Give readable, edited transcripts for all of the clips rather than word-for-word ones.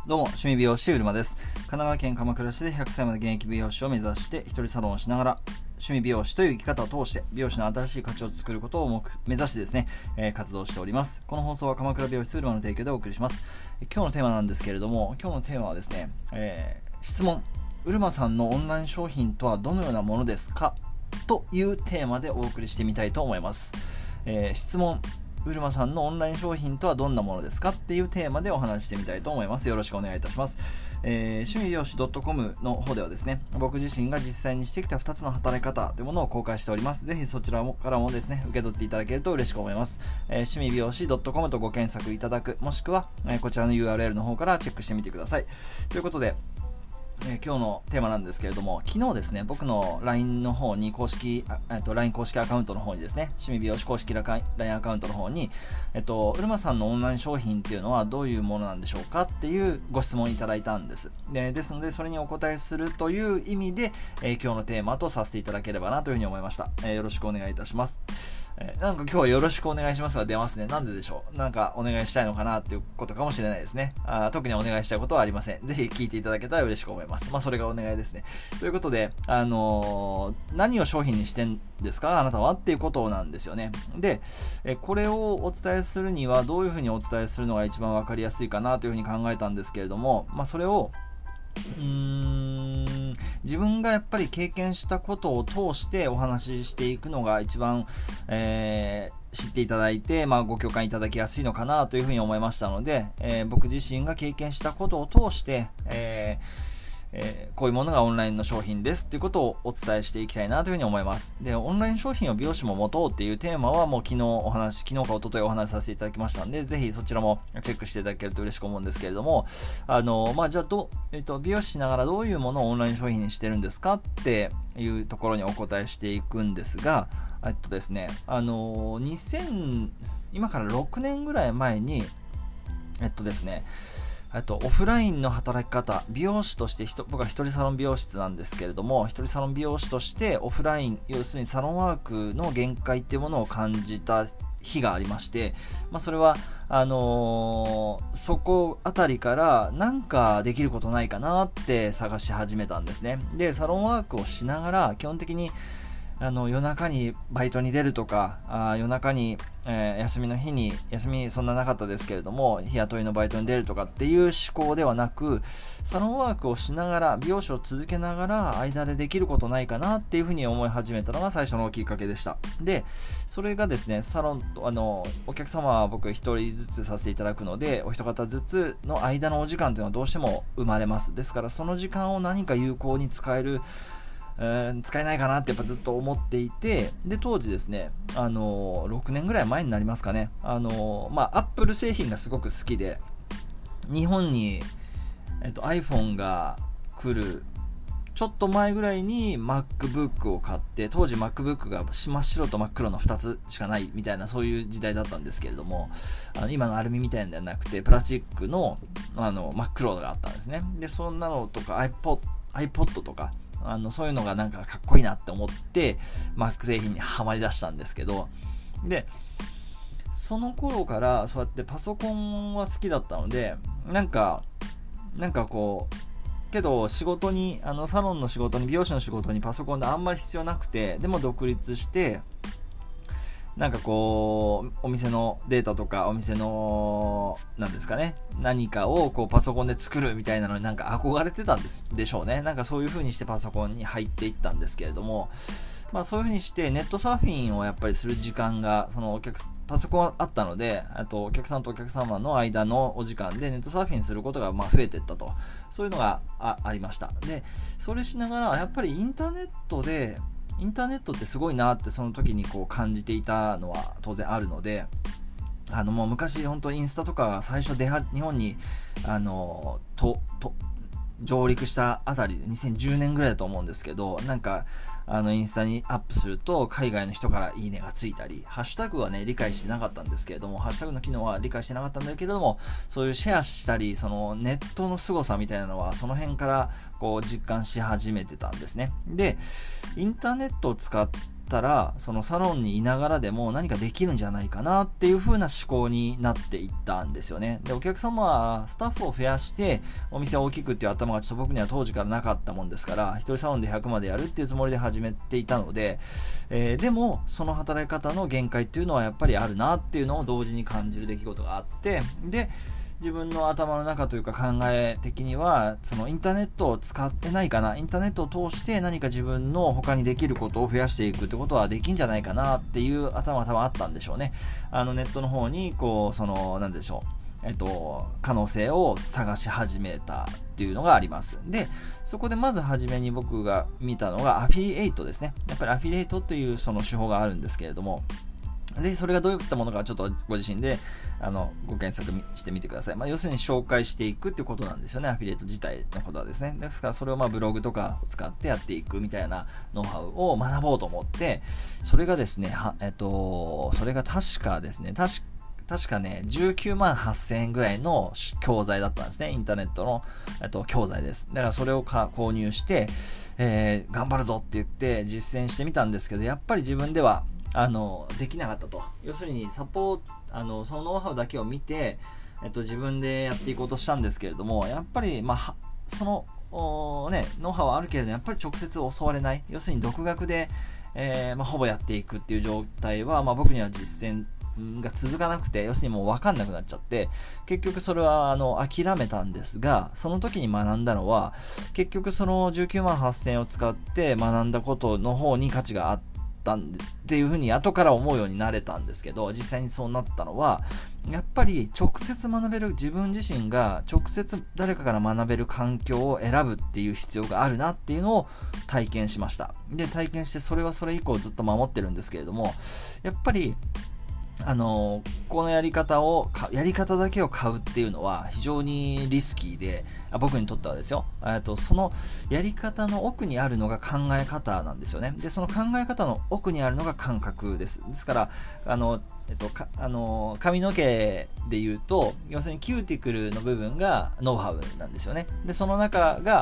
どうも、趣味美容師うるまです。神奈川県鎌倉市で100歳まで現役美容師を目指して一人サロンをしながら趣味美容師という生き方を通して美容師の新しい価値を作ることを目指してですね、活動しております。この放送は鎌倉美容師うるまの提供でお送りします。今日のテーマなんですけれども、今日のテーマはですね、質問。うるまさんのオンライン商品とはどのようなものですかというテーマでお送りしてみたいと思います。質問。うるまさんのオンライン商品とはどんなものですかっていうテーマでお話してみたいと思います。よろしくお願いいたします。趣味美容師 .com の方ではですね、僕自身が実際にしてきた2つの働き方というものを公開しております。ぜひそちらからもですね、受け取っていただけると嬉しく思います。趣味美容師 .com とご検索いただく、もしくは、こちらの URL の方からチェックしてみてください。ということで、今日のテーマなんですけれども、昨日ですね、僕の LINE の方にLINE 公式アカウントの方にですね、趣味美容師公式 LINE アカウントの方に、うるまさんのオンライン商品っていうのはどういうものなんでしょうかっていうご質問いただいたんです。ですので、それにお答えするという意味で、今日のテーマとさせていただければなというふうに思いました。よろしくお願いいたします。なんか今日はよろしくお願いしますが出ますね。なんででしょう。なんかお願いしたいのかなっていうことかもしれないですね。特にお願いしたいことはありません。ぜひ聞いていただけたら嬉しく思います。それがお願いですね。ということで、何を商品にしてんですかあなたはっていうことなんですよね。で、これをお伝えするにはどういうふうにお伝えするのが一番わかりやすいかなというふうに考えたんですけれども、それを自分がやっぱり経験したことを通してお話ししていくのが一番、知っていただいて、ご共感いただきやすいのかなというふうに思いましたので、僕自身が経験したことを通して、こういうものがオンラインの商品ですっていうことをお伝えしていきたいなというふうに思います。で、オンライン商品を美容師も持とうっていうテーマはもう昨日か一昨日お話しさせていただきましたので、ぜひそちらもチェックしていただけると嬉しく思うんですけれども、じゃあ美容師しながらどういうものをオンライン商品にしてるんですかっていうところにお答えしていくんですが、ですね、今から6年ぐらい前に、ですね、オフラインの働き方、美容師として僕は一人サロン美容室なんですけれども、一人サロン美容師としてオフライン、要するにサロンワークの限界っていうものを感じた日がありまして、それはそこあたりからなんかできることないかなって探し始めたんですね。で、サロンワークをしながら基本的に夜中にバイトに出るとか、夜中に、休みの日に、休みそんななかったですけれども、日雇いのバイトに出るとかっていう思考ではなく、サロンワークをしながら、美容師を続けながら、間でできることないかなっていうふうに思い始めたのが最初のきっかけでした。で、それがですね、サロン、お客様は僕一人ずつさせていただくので、お一方ずつの間のお時間というのはどうしても生まれます。ですから、その時間を何か有効に使えないかなってやっぱずっと思っていて、で当時ですね、6年ぐらい前になりますかね、アップル製品がすごく好きで、日本に、iPhone が来るちょっと前ぐらいに MacBook を買って、当時 MacBook が真っ白と真っ黒の2つしかないみたいな、そういう時代だったんですけれども、今のアルミみたいなのではなくてプラスチックの、真っ黒があったんですね。でそんなのとか iPod とかそういうのがなんかかっこいいなって思って Mac 製品にはまりだしたんですけど、でその頃からそうやってパソコンは好きだったので、なんかこうけど仕事にサロンの仕事に美容師の仕事にパソコンであんまり必要なくて、でも独立してなんかこうお店のデータとかお店のなんですかね、何かをこうパソコンで作るみたいなのになんか憧れてたんでしょうね。なんかそういう風にしてパソコンに入っていったんですけれども、そういう風にしてネットサーフィンをやっぱりする時間がパソコンはあったので、あとお客さんとお客様の間のお時間でネットサーフィンすることが増えていったと、そういうのが ありました。でそれしながらやっぱりインターネットってすごいなってその時にこう感じていたのは当然あるので、もう昔本当インスタとか最初日本に上陸したあたりで2010年ぐらいだと思うんですけど、なんかインスタにアップすると海外の人からいいねがついたり、ハッシュタグはね理解してなかったんですけれども、ハッシュタグの機能は理解してなかったんだけれども、そういうシェアしたりそのネットの凄さみたいなのはその辺からこう実感し始めてたんですね。でインターネットを使っったらそのサロンにいながらでも何かできるんじゃないかなっていう風な思考になっていったんですよね。でお客様はスタッフを増やしてお店を大きくっていう頭がちょっと僕には当時からなかったもんですから、一人サロンで100までやるっていうつもりで始めていたので、でもその働き方の限界っていうのはやっぱりあるなっていうのを同時に感じる出来事があって、で自分の頭の中というか考え的にはそのインターネットを使ってないかな、インターネットを通して何か自分の他にできることを増やしていくってことはできんじゃないかなっていう頭が多分あったんでしょうね。ネットの方にこうそのなんでしょう、可能性を探し始めたっていうのがあります。でそこでまず初めに僕が見たのがアフィリエイトですね。やっぱりアフィリエイトというその手法があるんですけれども、ぜひそれがどういったものかちょっとご自身でご検索してみてください。要するに紹介していくってことなんですよね、アフィリエイト自体のことはですね。ですからそれをブログとかを使ってやっていくみたいなノウハウを学ぼうと思って、それがですね、それが確かですね、確かね、19万8000円ぐらいの教材だったんですね。インターネットの、教材です。だからそれを購入して、頑張るぞって言って実践してみたんですけど、やっぱり自分ではできなかったと。要するにそのノウハウだけを見て、自分でやっていこうとしたんですけれども、やっぱりそのノウハウはあるけれども、やっぱり直接教われない。要するに独学で、ほぼやっていくっていう状態は、僕には実践が続かなくて、要するにもう分かんなくなっちゃって、結局それは諦めたんですが、その時に学んだのは、結局その19万8000円を使って学んだことの方に価値があったっていうふうに後から思うようになれたんですけど、実際にそうなったのはやっぱり直接学べる、自分自身が直接誰かから学べる環境を選ぶっていう必要があるなっていうのを体験しました。で体験して、それはそれ以降ずっと守ってるんですけれども、やっぱりこのやり方だけを買うっていうのは非常にリスキーで、僕にとってはですよ、そのやり方の奥にあるのが考え方なんですよね。でその考え方の奥にあるのが感覚です。ですから髪の毛で言うと、要するにキューティクルの部分がノウハウなんですよね。でその中が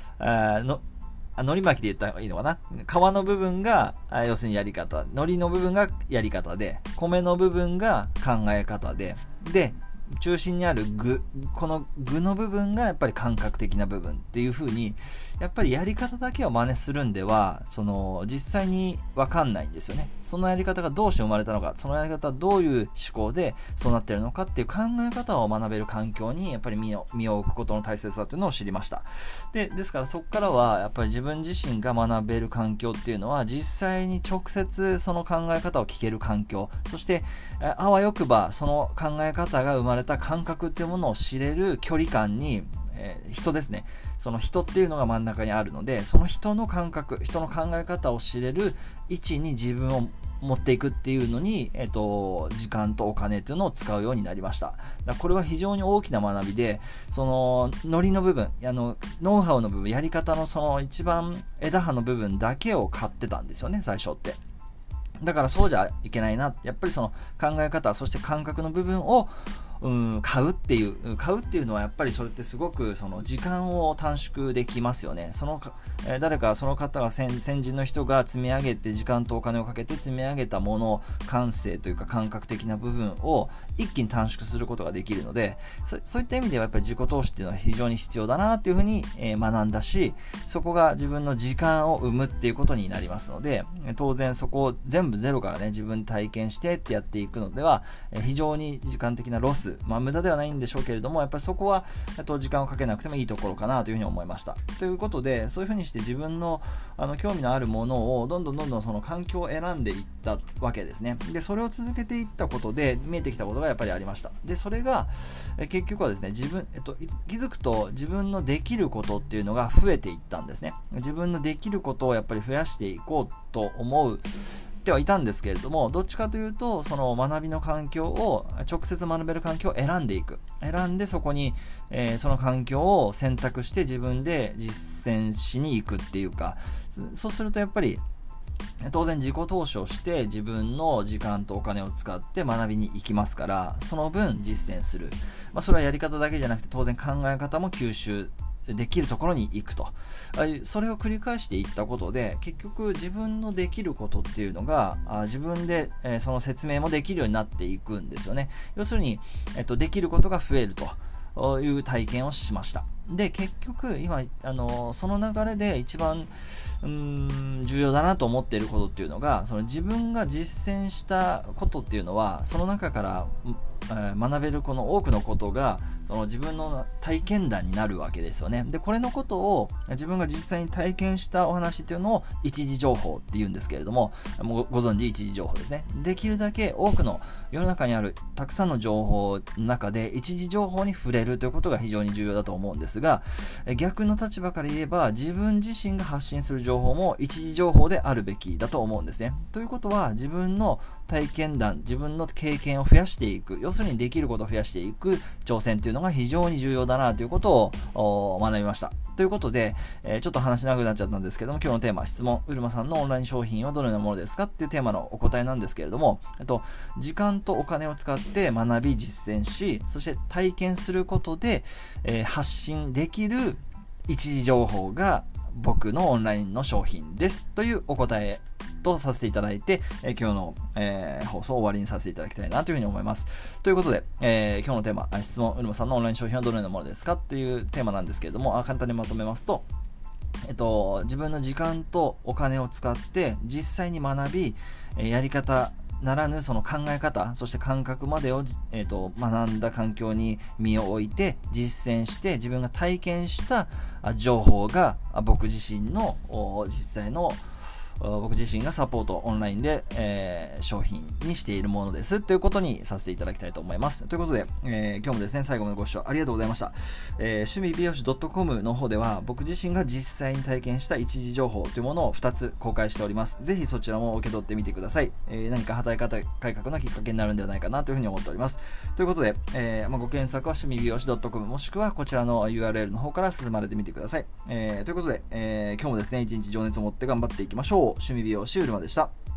海苔巻きで言ったらいいのかな。皮の部分が要するにやり方、海苔の部分がやり方で、米の部分が考え方で、中心にある具、この具の部分がやっぱり感覚的な部分っていう風に、やっぱりやり方だけを真似するんでは実際に分かんないんですよね。そのやり方がどうして生まれたのか、そのやり方はどういう思考でそうなっているのかっていう考え方を学べる環境にやっぱり身を置くことの大切さというのを知りました。ですからそこからはやっぱり自分自身が学べる環境っていうのは、実際に直接その考え方を聞ける環境、そしてあわよくばその考え方が生まれた感覚っていうものを知れる距離感に、人ですね。その人っていうのが真ん中にあるので、その人の感覚、人の考え方を知れる位置に自分を持っていくっていうのに、時間とお金っていうのを使うようになりました。これは非常に大きな学びで、そのノリの部分、ノウハウの部分、やり方のその一番枝葉の部分だけを買ってたんですよね、最初って。だからそうじゃいけないな。やっぱりその考え方、そして感覚の部分を買うっていうのは、やっぱりそれってすごくその時間を短縮できますよね。誰かその方が先人の人が積み上げて、時間とお金をかけて積み上げたもの、感性というか感覚的な部分を一気に短縮することができるので、そういった意味ではやっぱり自己投資っていうのは非常に必要だなっていうふうに学んだし、そこが自分の時間を生むっていうことになりますので、当然そこを全部ゼロからね、自分体験してってやっていくのでは非常に時間的なロス、無駄ではないんでしょうけれども、やっぱりそこは時間をかけなくてもいいところかなというふうに思いました。ということで、そういうふうにして自分の興味のあるものをどんどんその環境を選んでいったわけですね。でそれを続けていったことで見えてきたことがやっぱりありました。でそれが結局はですね、気づくと自分のできることっていうのが増えていったんですね。自分のできることをやっぱり増やしていこうと思うてはいたんですけれども、どっちかというとその学びの環境を、直接学べる環境を選んでそこに、その環境を選択して自分で実践しに行くっていうか、そうするとやっぱり当然自己投資をして自分の時間とお金を使って学びに行きますから、その分実践する、それはやり方だけじゃなくて当然考え方も吸収できるところに行くと。それを繰り返していったことで、結局自分のできることっていうのが自分でその説明もできるようになっていくんですよね。要するに、できることが増えるという体験をしました。で、結局今その流れで一番重要だなと思っていることっていうのが、その自分が実践したことっていうのは、その中から学べるこの多くのことがその自分の体験談になるわけですよね。で、これのことを自分が実際に体験したお話っていうのを一時情報っていうんですけれども、ご存知一時情報ですね。できるだけ多くの世の中にあるたくさんの情報の中で一時情報に触れるということが非常に重要だと思うんですが、逆の立場から言えば自分自身が発信する情報も一時情報であるべきだと思うんですね。ということは、自分の体験談、自分の経験を増やしていく、要するにできることを増やしていく挑戦っていうのが非常に重要だなということを学びました。ということで、ちょっと話長くなっちゃったんですけども、今日のテーマ、質問、うるまさんのオンライン商品はどのようなものですかっていうテーマのお答えなんですけれども、時間とお金を使って学び実践し、そして体験することで、発信できる一時情報が僕のオンラインの商品ですというお答えとさせていただいて、今日の、放送を終わりにさせていただきたいなというふうに思います。ということで、今日のテーマ、質問、うるまさんのオンライン商品はどのようなものですかというテーマなんですけれども、簡単にまとめますと、自分の時間とお金を使って実際に学び、やり方ならぬその考え方、そして感覚までを、学んだ環境に身を置いて実践して自分が体験した情報が僕自身の実際の僕自身がサポートオンラインで、商品にしているものですということにさせていただきたいと思います。ということで、今日もですね、最後までご視聴ありがとうございました。趣味美容師 .com の方では僕自身が実際に体験した一時情報というものを2つ公開しております。ぜひそちらも受け取ってみてください。何か働き方改革のきっかけになるんではないかなというふうに思っております。ということで、ご検索は趣味美容師 .com もしくはこちらの URL の方から進まれてみてください。ということで、今日もですね、一日情熱を持って頑張っていきましょう。趣味美容師うるまでした。